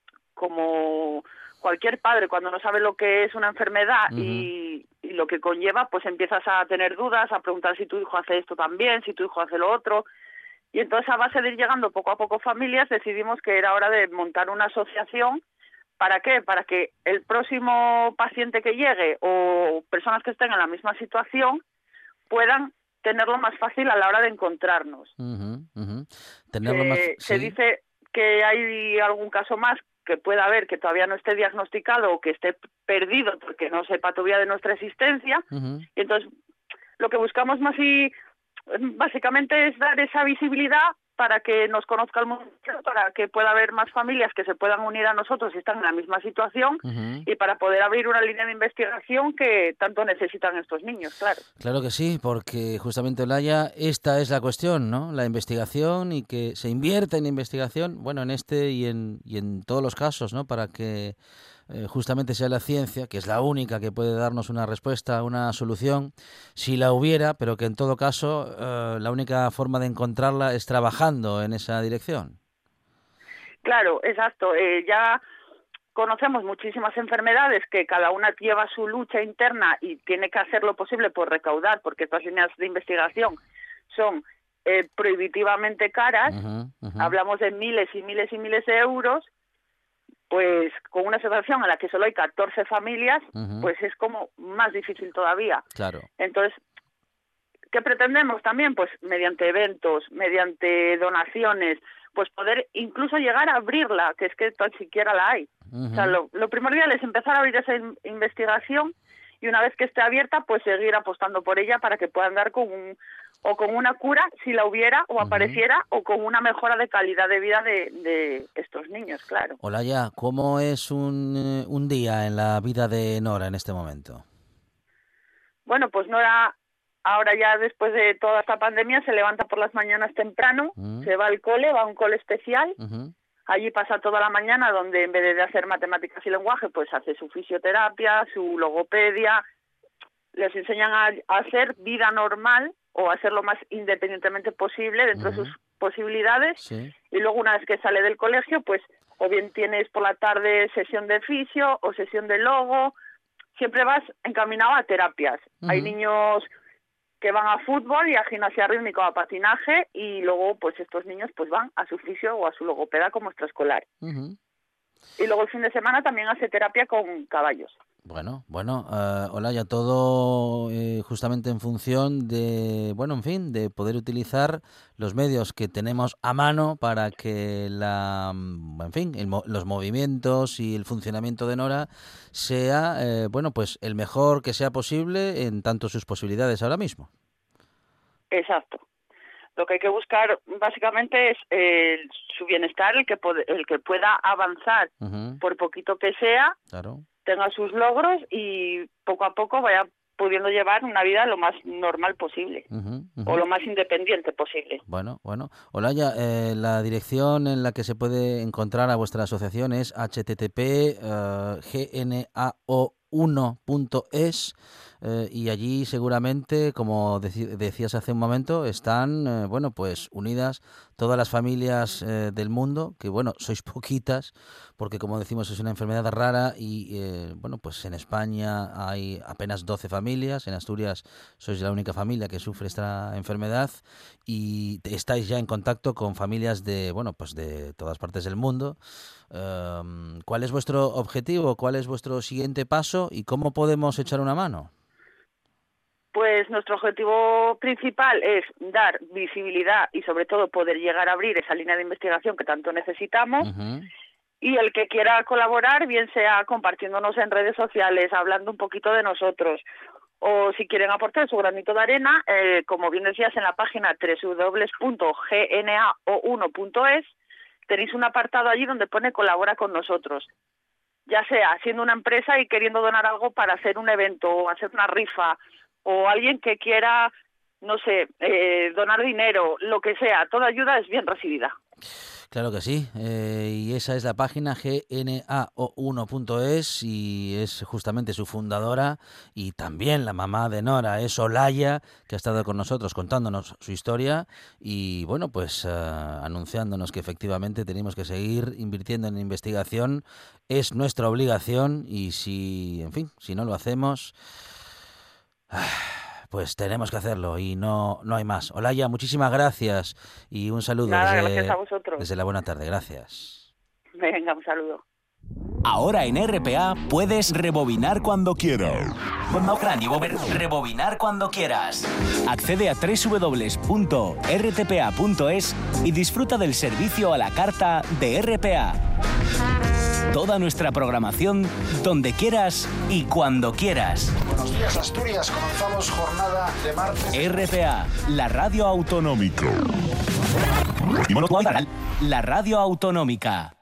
[SPEAKER 7] como cualquier padre cuando no sabe lo que es una enfermedad uh-huh. y, y lo que conlleva, pues empiezas a tener dudas, a preguntar si tu hijo hace esto también, si tu hijo hace lo otro. Y entonces, a base de ir llegando poco a poco familias, decidimos que era hora de montar una asociación. ¿Para qué? Para que el próximo paciente que llegue o personas que estén en la misma situación puedan tenerlo más fácil a la hora de encontrarnos.
[SPEAKER 2] Uh-huh, uh-huh. Tenerlo eh, más...
[SPEAKER 7] Se
[SPEAKER 2] ¿sí?
[SPEAKER 7] dice que hay algún caso más que pueda haber que todavía no esté diagnosticado o que esté perdido porque no sepa todavía de nuestra existencia. Uh-huh. Y entonces lo que buscamos más y básicamente es dar esa visibilidad para que nos conozca el mundo, para que pueda haber más familias que se puedan unir a nosotros si están en la misma situación uh-huh. y para poder abrir una línea de investigación que tanto necesitan estos niños, claro.
[SPEAKER 2] Claro que sí, porque justamente, Olaya, esta es la cuestión, ¿no? La investigación y que se invierta en investigación, bueno, en este y en, y en todos los casos, ¿no? Para que eh, justamente sea la ciencia, que es la única que puede darnos una respuesta, una solución, si la hubiera, pero que en todo caso eh, la única forma de encontrarla es trabajando en esa dirección.
[SPEAKER 7] Claro, exacto. Eh, ya conocemos muchísimas enfermedades que cada una lleva su lucha interna y tiene que hacer lo posible por recaudar, porque estas líneas de investigación son eh, prohibitivamente caras, uh-huh, uh-huh. hablamos de miles y miles y miles de euros. Pues con una situación en la que solo hay catorce familias, uh-huh. pues es como más difícil todavía.
[SPEAKER 2] Claro.
[SPEAKER 7] Entonces, ¿qué pretendemos también? Pues mediante eventos, mediante donaciones, pues poder incluso llegar a abrirla, que es que tan siquiera la hay. Uh-huh. O sea, lo, lo primordial es empezar a abrir esa in- investigación y una vez que esté abierta, pues seguir apostando por ella para que puedan dar con un o con una cura, si la hubiera o apareciera, uh-huh. o con una mejora de calidad de vida de, de estos niños, claro.
[SPEAKER 2] Olaya, ¿cómo es un, un día en la vida de Nora en este momento?
[SPEAKER 7] Bueno, pues Nora, ahora ya después de toda esta pandemia, se levanta por las mañanas temprano, uh-huh. se va al cole, va a un cole especial, uh-huh. allí pasa toda la mañana, donde en vez de hacer matemáticas y lenguaje, pues hace su fisioterapia, su logopedia, les enseñan a, a hacer vida normal, o hacer lo más independientemente posible dentro uh-huh. de sus posibilidades sí. y luego una vez que sale del colegio pues o bien tienes por la tarde sesión de fisio o sesión de logo, siempre vas encaminado a terapias. Uh-huh. Hay niños que van a fútbol y a gimnasia rítmica o a patinaje y luego pues estos niños pues van a su fisio o a su logopeda como extraescolar. Uh-huh. Y luego el fin de semana también hace terapia con caballos.
[SPEAKER 2] Bueno, bueno, uh, Olaya, todo eh, justamente en función de, bueno, en fin, de poder utilizar los medios que tenemos a mano para que la, en fin, el, los movimientos y el funcionamiento de Nora sea, eh, bueno, pues el mejor que sea posible en tanto sus posibilidades ahora mismo.
[SPEAKER 7] Exacto. Lo que hay que buscar básicamente es eh, su bienestar, el que, pod- el que pueda avanzar, uh-huh. por poquito que sea,
[SPEAKER 2] claro.
[SPEAKER 7] tenga sus logros y poco a poco vaya pudiendo llevar una vida lo más normal posible uh-huh, uh-huh. o lo más independiente posible.
[SPEAKER 2] Bueno, bueno. Olaya, eh, la dirección en la que se puede encontrar a vuestra asociación es h t t p punto g n a o uno punto es. eh, y allí seguramente, como deci- decías hace un momento, están, eh, bueno, pues unidas todas las familias eh, del mundo, que bueno, sois poquitas, porque como decimos es una enfermedad rara y eh, bueno, pues en España hay apenas doce familias, en Asturias sois la única familia que sufre esta enfermedad y estáis ya en contacto con familias de, bueno, pues de todas partes del mundo. Um, ¿Cuál es vuestro objetivo? ¿Cuál es vuestro siguiente paso? ¿Y cómo podemos echar una mano?
[SPEAKER 7] Pues nuestro objetivo principal es dar visibilidad y sobre todo poder llegar a abrir esa línea de investigación que tanto necesitamos. Uh-huh. Y el que quiera colaborar, bien sea compartiéndonos en redes sociales, hablando un poquito de nosotros, o si quieren aportar su granito de arena, eh, como bien decías, en la página doble u doble u doble u punto g n a o uno punto es tenéis un apartado allí donde pone colabora con nosotros. Ya sea siendo una empresa y queriendo donar algo para hacer un evento o hacer una rifa, o alguien que quiera, no sé, eh, donar dinero, lo que sea, toda ayuda es bien recibida.
[SPEAKER 2] Claro que sí, eh, y esa es la página ge ene a o uno punto es y es justamente su fundadora y también la mamá de Nora, es Olaya, que ha estado con nosotros contándonos su historia y bueno, pues uh, anunciándonos que efectivamente tenemos que seguir invirtiendo en investigación, es nuestra obligación y si, en fin, si no lo hacemos... pues tenemos que hacerlo y no no hay más. Olaya, muchísimas gracias y un saludo.
[SPEAKER 7] Nada,
[SPEAKER 2] desde,
[SPEAKER 7] gracias a vosotros.
[SPEAKER 2] Desde la buena tarde, gracias.
[SPEAKER 7] Venga, un saludo.
[SPEAKER 1] Ahora en R P A puedes rebobinar cuando quieras. Rebobinar cuando quieras. Accede a doble u doble u doble u punto r t p a punto es y disfruta del servicio a la carta de R P A. Toda nuestra programación donde quieras y cuando quieras.
[SPEAKER 8] Buenos días, Asturias. Comenzamos jornada de martes.
[SPEAKER 1] R P A, la radio autonómica. La radio autonómica.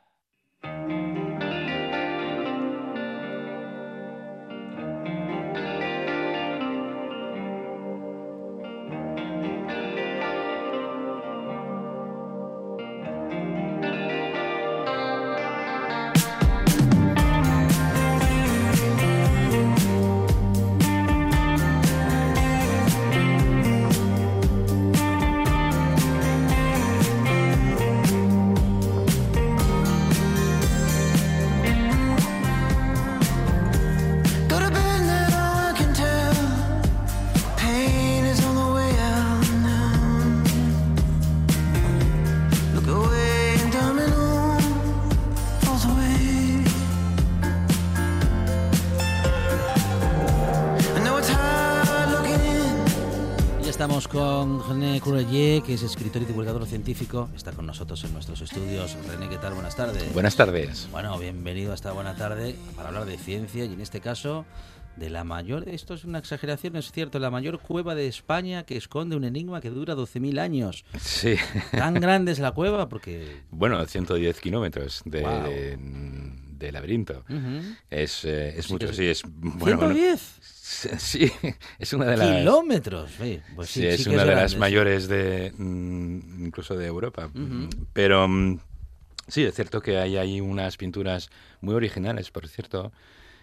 [SPEAKER 2] Estamos con René Courregier, que es escritor y divulgador científico. Está con nosotros en nuestros estudios. René, ¿qué tal? Buenas tardes.
[SPEAKER 9] Buenas tardes.
[SPEAKER 2] Bueno, bienvenido a esta buena tarde para hablar de ciencia y en este caso de la mayor, esto es una exageración, es cierto, la mayor cueva de España que esconde un enigma que dura doce mil años.
[SPEAKER 9] Sí.
[SPEAKER 2] ¿Tan grande es la cueva? Porque...
[SPEAKER 9] Bueno, ciento diez kilómetros de...
[SPEAKER 2] Wow.
[SPEAKER 9] de de laberinto. Uh-huh. Es, eh, es
[SPEAKER 2] sí,
[SPEAKER 9] mucho,
[SPEAKER 2] que...
[SPEAKER 9] sí, es... Bueno,
[SPEAKER 2] ¿ciento diez?
[SPEAKER 9] Bueno, sí, es una de las...
[SPEAKER 2] ¿Kilómetros? Sí, pues sí,
[SPEAKER 9] sí, es
[SPEAKER 2] sí
[SPEAKER 9] una
[SPEAKER 2] es
[SPEAKER 9] de
[SPEAKER 2] grande,
[SPEAKER 9] las
[SPEAKER 2] sí.
[SPEAKER 9] mayores de... Mm, incluso de Europa.
[SPEAKER 2] Uh-huh.
[SPEAKER 9] Pero mm, sí, es cierto que hay ahí unas pinturas muy originales, por cierto,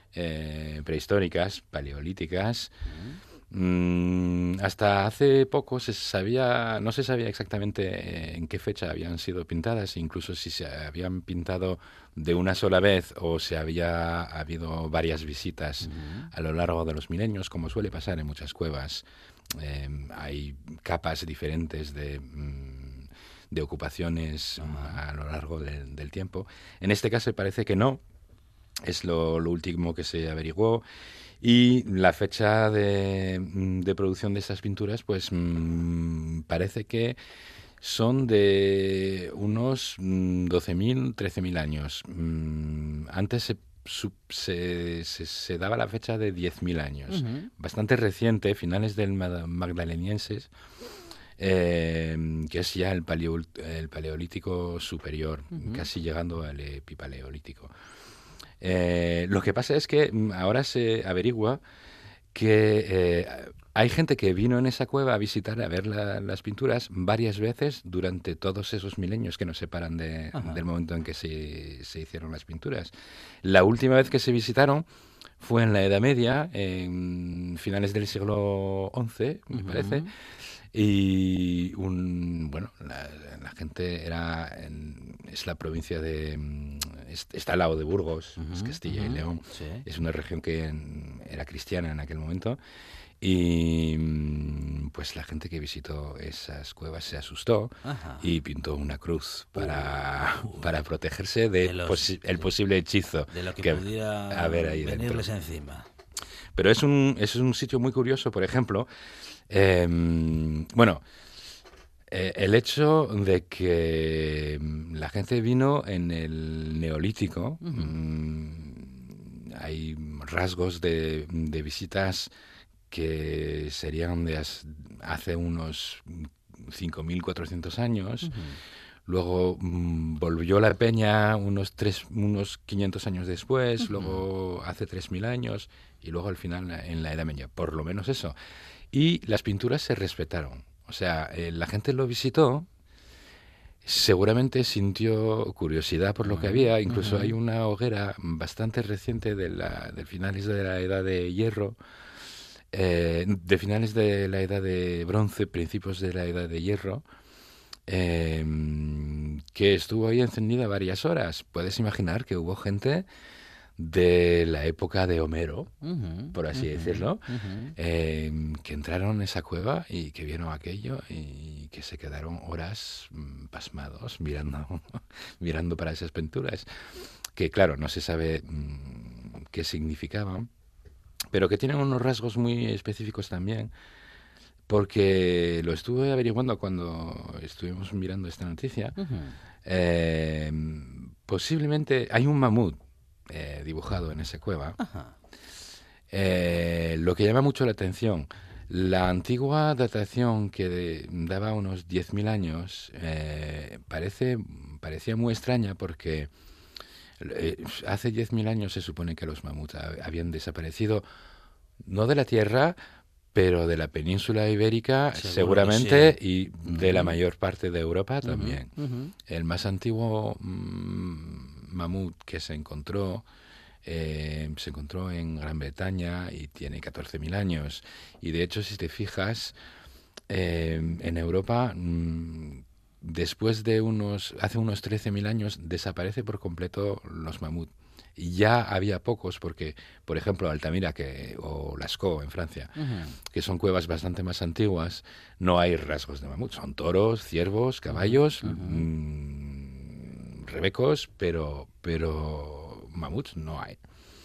[SPEAKER 9] eh, prehistóricas, paleolíticas. Uh-huh. Mm, hasta hace poco se sabía, no se sabía exactamente en qué fecha habían sido pintadas, incluso si se habían pintado de una sola vez o si había habido varias visitas uh-huh. a lo largo de los milenios, como suele pasar en muchas cuevas. Eh, hay capas diferentes de, de ocupaciones uh-huh. a lo largo de, del tiempo. En este caso parece que no, es lo, lo último que se averiguó. Y la fecha de, de producción de estas pinturas, pues mmm, parece que son de unos doce mil, trece mil años. Mm, antes se, se, se, se daba la fecha de diez mil años. Uh-huh. Bastante reciente, finales del Magdalenienses, eh, que es ya el, paleo, el Paleolítico superior, uh-huh. casi llegando al Epipaleolítico. Eh, lo que pasa es que ahora se averigua que eh, hay gente que vino en esa cueva a visitar, a ver la, las pinturas varias veces durante todos esos milenios que nos separan de, del momento en que se, se hicieron las pinturas. La última vez que se visitaron fue en la Edad Media, en finales del siglo once, me uh-huh. parece, y un bueno la, la gente era en, es la provincia de está al lado de Burgos, uh-huh, es Castilla uh-huh. y León, sí. Es una región que en, era cristiana en aquel momento. Y pues la gente que visitó esas cuevas se asustó. Ajá. Y pintó una cruz para, uh, para protegerse del de los, posi- el posible hechizo
[SPEAKER 2] de lo que,
[SPEAKER 9] que
[SPEAKER 2] pudiera
[SPEAKER 9] haber ahí
[SPEAKER 2] venirles
[SPEAKER 9] dentro.
[SPEAKER 2] encima.
[SPEAKER 9] Pero es un, es un sitio muy curioso, por ejemplo. Eh, bueno, eh, el hecho de que la gente vino en el Neolítico, uh-huh. mmm, hay rasgos de, de visitas que serían de hace unos cinco mil cuatrocientos años. Uh-huh. Luego mmm, volvió la peña unos, tres, unos quinientos años después, uh-huh. luego hace tres mil años y luego al final en la Edad Media, por lo menos eso. Y las pinturas se respetaron. O sea, eh, la gente lo visitó, seguramente sintió curiosidad por lo uh-huh. que había. Incluso uh-huh. hay una hoguera bastante reciente de, la, de finales de la Edad de Hierro, Eh, de finales de la Edad de Bronce, principios de la Edad de Hierro, eh, que estuvo ahí encendida varias horas. Puedes imaginar que hubo gente de la época de Homero, uh-huh, por así uh-huh, decirlo, uh-huh. eh, que entraron en esa cueva y que vieron aquello y que se quedaron horas mm, pasmados mirando, mirando para esas pinturas, que claro, no se sabe mm, qué significaban, pero que tienen unos rasgos muy específicos también, porque lo estuve averiguando cuando estuvimos mirando esta noticia. Uh-huh. Eh, posiblemente hay un mamut eh, dibujado en esa cueva. Uh-huh. Eh, lo que llama mucho la atención, la antigua datación que de, daba unos diez mil años eh, parece, parecía muy extraña porque Eh, hace diez mil años se supone que los mamuts habían desaparecido, no de la Tierra, pero de la península ibérica seguro seguramente, sí. Y uh-huh. de la mayor parte de Europa también. Uh-huh. Uh-huh. El más antiguo mmm, mamut que se encontró, eh, se encontró en Gran Bretaña y tiene catorce mil años. Y de hecho, si te fijas, eh, en Europa... Mmm, después de unos, hace unos trece mil años, desaparece por completo los mamut. Y ya había pocos, porque, por ejemplo, Altamira que, o Lascaux, en Francia, uh-huh. que son cuevas bastante más antiguas, no hay rasgos de mamut. Son toros, ciervos, caballos, uh-huh. mmm, rebecos, pero, pero mamuts no hay.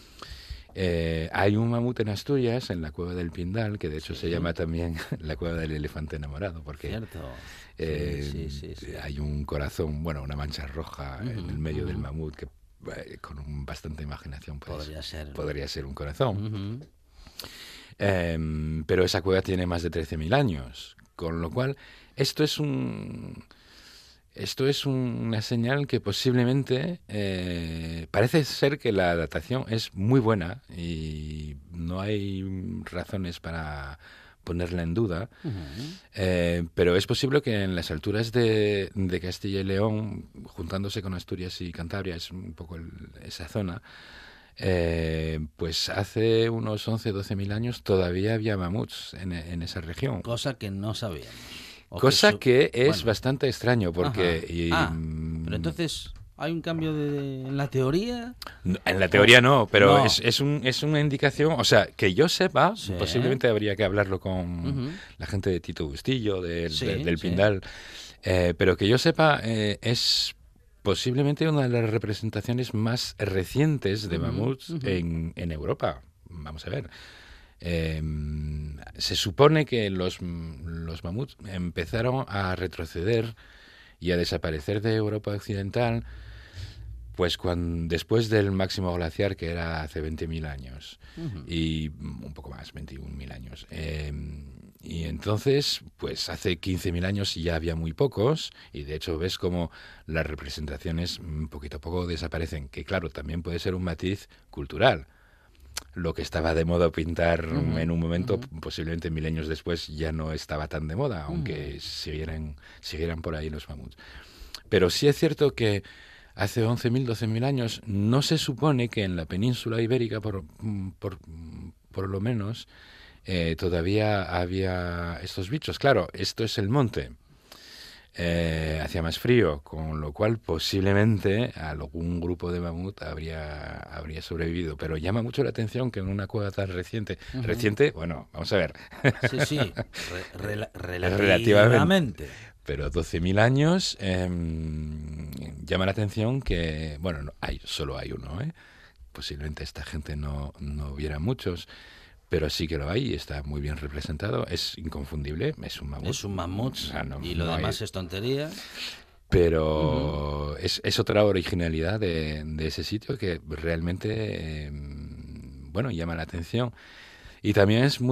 [SPEAKER 9] Eh, hay un mamut en Asturias, en la cueva del Pindal, que de hecho sí. se llama también la cueva del elefante enamorado, porque
[SPEAKER 2] Cierto.
[SPEAKER 9] Eh,
[SPEAKER 2] sí, sí, sí, sí.
[SPEAKER 9] hay un corazón, bueno, una mancha roja uh-huh, en el medio uh-huh. del mamut que eh, con un, bastante imaginación pues,
[SPEAKER 2] podría ser
[SPEAKER 9] podría ser un corazón.
[SPEAKER 2] Uh-huh.
[SPEAKER 9] Eh, pero esa cueva tiene más de trece mil años, con lo cual esto es un esto es un, una señal que posiblemente eh, parece ser que la datación es muy buena y no hay razones para ponerla en duda, uh-huh. eh, pero es posible que en las alturas de, de Castilla y León, juntándose con Asturias y Cantabria, es un poco el, esa zona, eh, pues hace unos once, doce mil años todavía había mamuts en, en esa región.
[SPEAKER 2] Cosa que no sabíamos.
[SPEAKER 9] Cosa que, su- que es bueno. bastante extraño, porque... Y,
[SPEAKER 2] ah, pero entonces... ¿Hay un cambio de, en la teoría?
[SPEAKER 9] No, en la teoría no, pero
[SPEAKER 2] no.
[SPEAKER 9] Es, es, un, es una indicación, o sea, que yo sepa, sí. posiblemente habría que hablarlo con uh-huh. la gente de Tito Bustillo, de, sí, de, del sí. Pindal, eh, pero que yo sepa, eh, es posiblemente una de las representaciones más recientes de uh-huh. mamuts uh-huh. en, en Europa. Vamos a ver. Eh, se supone que los, los mamuts empezaron a retroceder y a desaparecer de Europa occidental pues cuando, después del máximo glaciar, que era hace veinte mil años, uh-huh. y un poco más, veintiún mil años. Eh, y entonces, pues hace quince mil años ya había muy pocos, y de hecho ves como las representaciones poquito a poco desaparecen, que claro, también puede ser un matiz cultural. Lo que estaba de moda pintar uh-huh. en un momento, uh-huh. posiblemente milenios después, ya no estaba tan de moda, aunque uh-huh. siguieran, siguieran por ahí los mamuts. Pero sí es cierto que hace once mil, doce mil años, no se supone que en la península ibérica, por, por, por lo menos, eh, todavía había estos bichos. Claro, esto es el monte. Eh, hacía más frío, con lo cual posiblemente algún grupo de mamut habría, habría sobrevivido. Pero llama mucho la atención que en una cueva tan reciente, uh-huh. reciente, bueno, vamos a ver.
[SPEAKER 2] Sí, sí, Re, rel relativamente.
[SPEAKER 9] Pero doce mil años eh, llama la atención que, bueno, no, hay, solo hay uno, ¿eh? Posiblemente esta gente no, no hubiera muchos. Pero sí que lo hay y está muy bien representado. Es inconfundible, es un mamut.
[SPEAKER 2] Es un mamut, o sea, no, y lo no demás hay... es tontería.
[SPEAKER 9] Pero uh-huh. es, es otra originalidad de, de ese sitio que realmente, eh, bueno, llama la atención. Y también es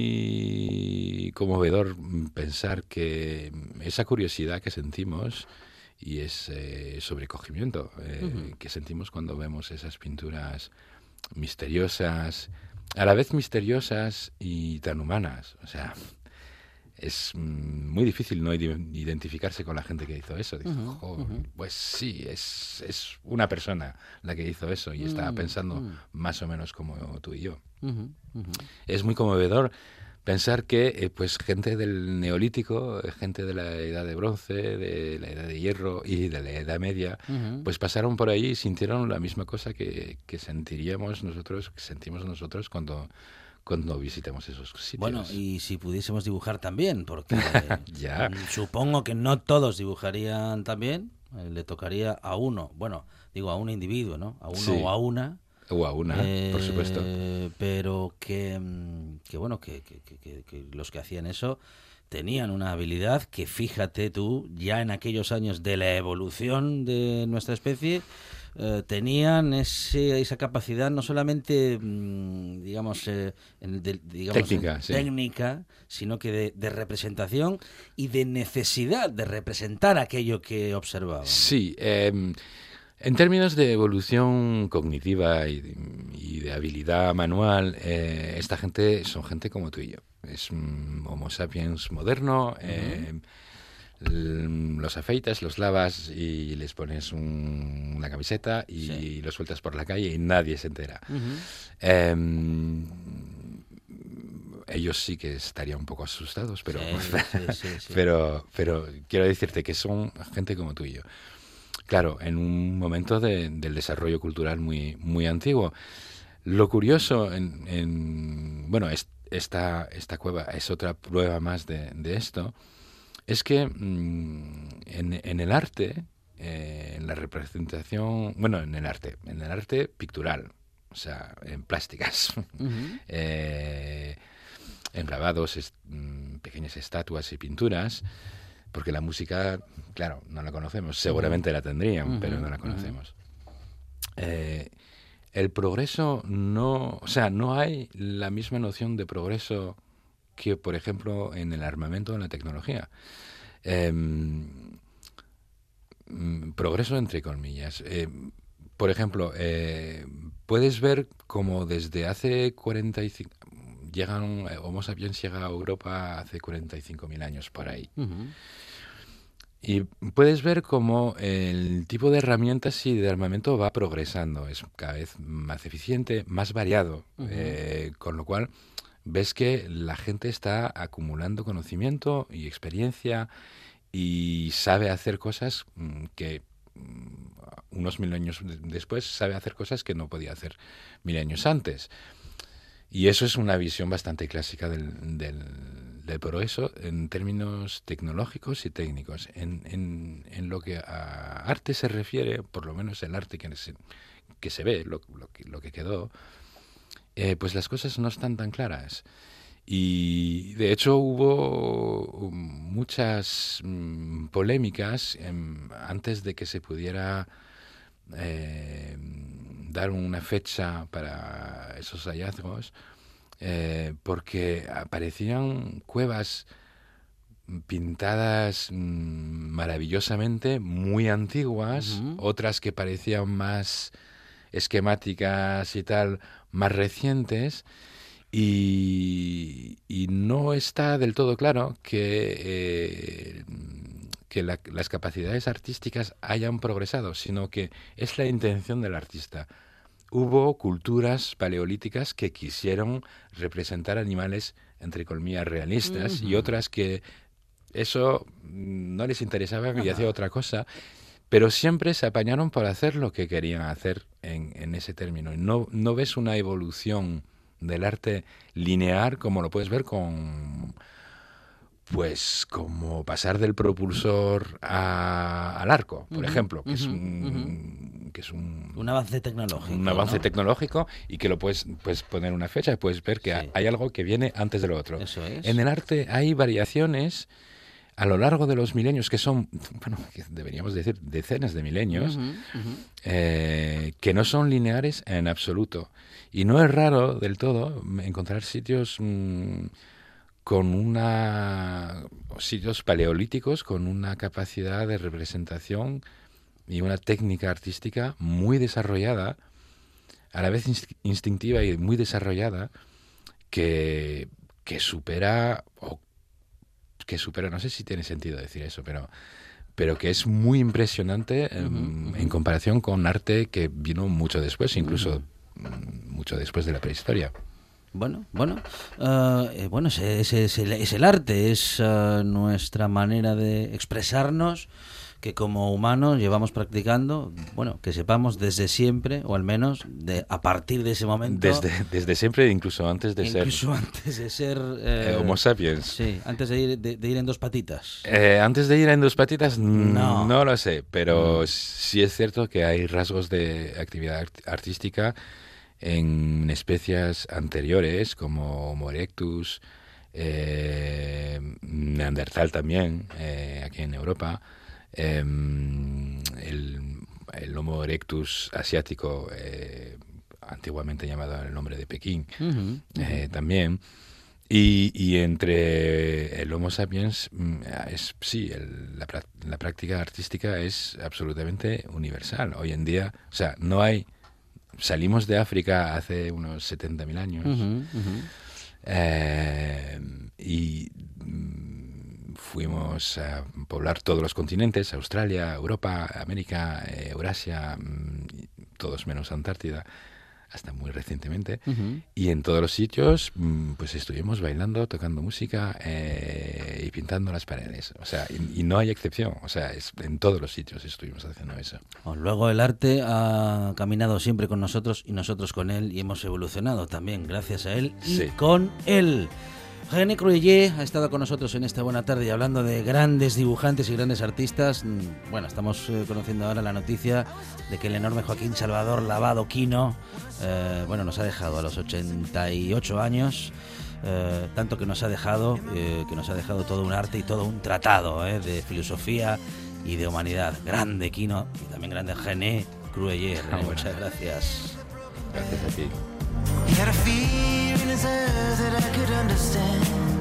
[SPEAKER 9] muy conmovedor pensar que esa curiosidad que sentimos y ese sobrecogimiento eh, uh-huh. que sentimos cuando vemos esas pinturas misteriosas, a la vez misteriosas y tan humanas. O sea, es muy difícil no identificarse con la gente que hizo eso. Dice, uh-huh, oh, uh-huh. Pues sí, es, es una persona la que hizo eso y uh-huh, estaba pensando uh-huh. más o menos como tú y yo. Uh-huh, uh-huh. Es muy conmovedor pensar que eh, pues gente del Neolítico, gente de la Edad de Bronce, de la Edad de Hierro y de la Edad Media, uh-huh. pues pasaron por ahí y sintieron la misma cosa que, que sentiríamos nosotros, que sentimos nosotros cuando, cuando visitamos esos sitios.
[SPEAKER 2] Bueno, y si pudiésemos dibujar también, porque ya. supongo que no todos dibujarían también, eh, le tocaría a uno, bueno, digo a un individuo, ¿no? A uno sí. o a una.
[SPEAKER 9] O a una, eh, por supuesto.
[SPEAKER 2] Pero que, que bueno, que, que, que, que los que hacían eso tenían una habilidad que, fíjate tú, ya en aquellos años de la evolución de nuestra especie, eh, tenían ese, esa capacidad no solamente, digamos, eh, de, digamos
[SPEAKER 9] técnica,
[SPEAKER 2] en,
[SPEAKER 9] sí.
[SPEAKER 2] técnica, sino que de, de representación y de necesidad de representar aquello que observaban.
[SPEAKER 9] Sí, eh... En términos de evolución cognitiva y de, y de habilidad manual, eh, esta gente son gente como tú y yo. Es un Homo sapiens moderno. Eh, uh-huh. Los afeitas, los lavas y les pones un, una camiseta y sí. los sueltas por la calle y nadie se entera. Uh-huh. Eh, ellos sí que estarían un poco asustados, pero,
[SPEAKER 2] sí, sí, sí, sí.
[SPEAKER 9] pero, pero quiero decirte que son gente como tú y yo. Claro, en un momento de, del desarrollo cultural muy, muy antiguo. Lo curioso, en, en bueno, es, esta, esta cueva es otra prueba más de, de esto, es que mmm, en, en el arte, eh, en la representación, bueno, en el arte, en el arte pictural, o sea, en plásticas, uh-huh. eh, en grabados, es, mmm, pequeñas estatuas y pinturas, porque la música, claro, no la conocemos. Seguramente la tendrían, uh-huh, pero no la conocemos. Uh-huh. Eh, el progreso no... O sea, no hay la misma noción de progreso que, por ejemplo, en el armamento o en la tecnología. Eh, progreso entre comillas. Eh, por ejemplo, eh, puedes ver como desde hace cuarenta y cinco... Llegan, Homo sapiens llega a Europa hace cuarenta y cinco mil años por ahí. Uh-huh. Y puedes ver cómo el tipo de herramientas y de armamento va progresando. Es cada vez más eficiente, más variado. Uh-huh. Eh, con lo cual ves que la gente está acumulando conocimiento y experiencia y sabe hacer cosas que unos mil años después sabe hacer cosas que no podía hacer mil años antes. Y eso es una visión bastante clásica del, del, del progreso en términos tecnológicos y técnicos. En, en, en lo que a arte se refiere, por lo menos el arte que se, que se ve, lo, lo, que, lo que quedó, eh, pues las cosas no están tan claras. Y de hecho hubo muchas mm, polémicas eh, antes de que se pudiera eh, dar una fecha para esos hallazgos, eh, porque aparecían cuevas pintadas mmm, maravillosamente, muy antiguas, uh-huh. otras que parecían más esquemáticas y tal, más recientes, y, y no está del todo claro que, eh, que la, las capacidades artísticas hayan progresado, sino que es la intención del artista. Hubo culturas paleolíticas que quisieron representar animales, entre comillas, realistas, uh-huh. y otras que eso no les interesaba uh-huh. y hacía otra cosa, pero siempre se apañaron para hacer lo que querían hacer en, en ese término. No, no ves una evolución del arte lineal como lo puedes ver con... Pues como pasar del propulsor a, al arco, por uh-huh, ejemplo, que, uh-huh, es un, uh-huh. que es un...
[SPEAKER 2] Un avance tecnológico.
[SPEAKER 9] Un avance
[SPEAKER 2] ¿no?
[SPEAKER 9] tecnológico y que lo puedes, puedes poner una fecha, puedes ver que sí. hay algo que viene antes de lo otro.
[SPEAKER 2] Eso es.
[SPEAKER 9] En el arte hay variaciones a lo largo de los milenios que son, bueno, que deberíamos decir decenas de milenios, uh-huh, uh-huh. Eh, que no son lineares en absoluto. Y no es raro del todo encontrar sitios... Mmm, con una sitios paleolíticos con una capacidad de representación y una técnica artística muy desarrollada, a la vez inst- instintiva y muy desarrollada, que, que supera, o que supera, no sé si tiene sentido decir eso, pero, pero que es muy impresionante uh-huh, en, uh-huh. en comparación con arte que vino mucho después, incluso uh-huh. mucho después de la prehistoria.
[SPEAKER 2] Bueno, bueno, uh, eh, bueno, es, es, es, el, es el arte, es uh, nuestra manera de expresarnos, que como humanos llevamos practicando, bueno, que sepamos desde siempre, o al menos de a partir de ese momento.
[SPEAKER 9] Desde, desde siempre, incluso antes de
[SPEAKER 2] incluso
[SPEAKER 9] ser...
[SPEAKER 2] antes de ser... Eh,
[SPEAKER 9] eh, Homo sapiens.
[SPEAKER 2] Sí, antes de ir, de, de ir en dos patitas.
[SPEAKER 9] Eh, antes de ir en dos patitas,
[SPEAKER 2] no,
[SPEAKER 9] no lo sé, pero
[SPEAKER 2] mm.
[SPEAKER 9] sí es cierto que hay rasgos de actividad art- artística en especies anteriores como Homo erectus, eh, Neandertal también, eh, aquí en Europa, eh, el, el Homo erectus asiático, eh, antiguamente llamado el nombre de Pekín, uh-huh, uh-huh. Eh, también. Y, y entre el Homo sapiens, es, sí, el, la, la práctica artística es absolutamente universal. Hoy en día, o sea, no hay... Salimos de África hace unos setenta mil años uh-huh, uh-huh. Eh, y mm, fuimos a poblar todos los continentes, Australia, Europa, América, eh, Eurasia, mm, todos menos Antártida, hasta muy recientemente. Uh-huh. Y en todos los sitios mm, pues estuvimos bailando, tocando música eh, y pintando las paredes. O sea, y, y no hay excepción. O sea, es, en todos los sitios estuvimos haciendo eso.
[SPEAKER 2] Luego el arte ha caminado siempre con nosotros y nosotros con él, y hemos evolucionado también gracias a él y sí. con él. René Cruellet ha estado con nosotros en esta buena tarde y hablando de grandes dibujantes y grandes artistas. Bueno, estamos eh, conociendo ahora la noticia de que el enorme Joaquín Salvador Lavado Quino, eh, bueno, nos ha dejado a los ochenta y ocho años, eh, tanto que nos ha dejado, eh, que nos ha dejado todo un arte y todo un tratado eh, de filosofía y de humanidad. Grande Quino y también grande René Cruellet. René, ah, bueno. Muchas gracias.
[SPEAKER 9] Gracias a ti.
[SPEAKER 10] He had a fear in his eyes that I could understand.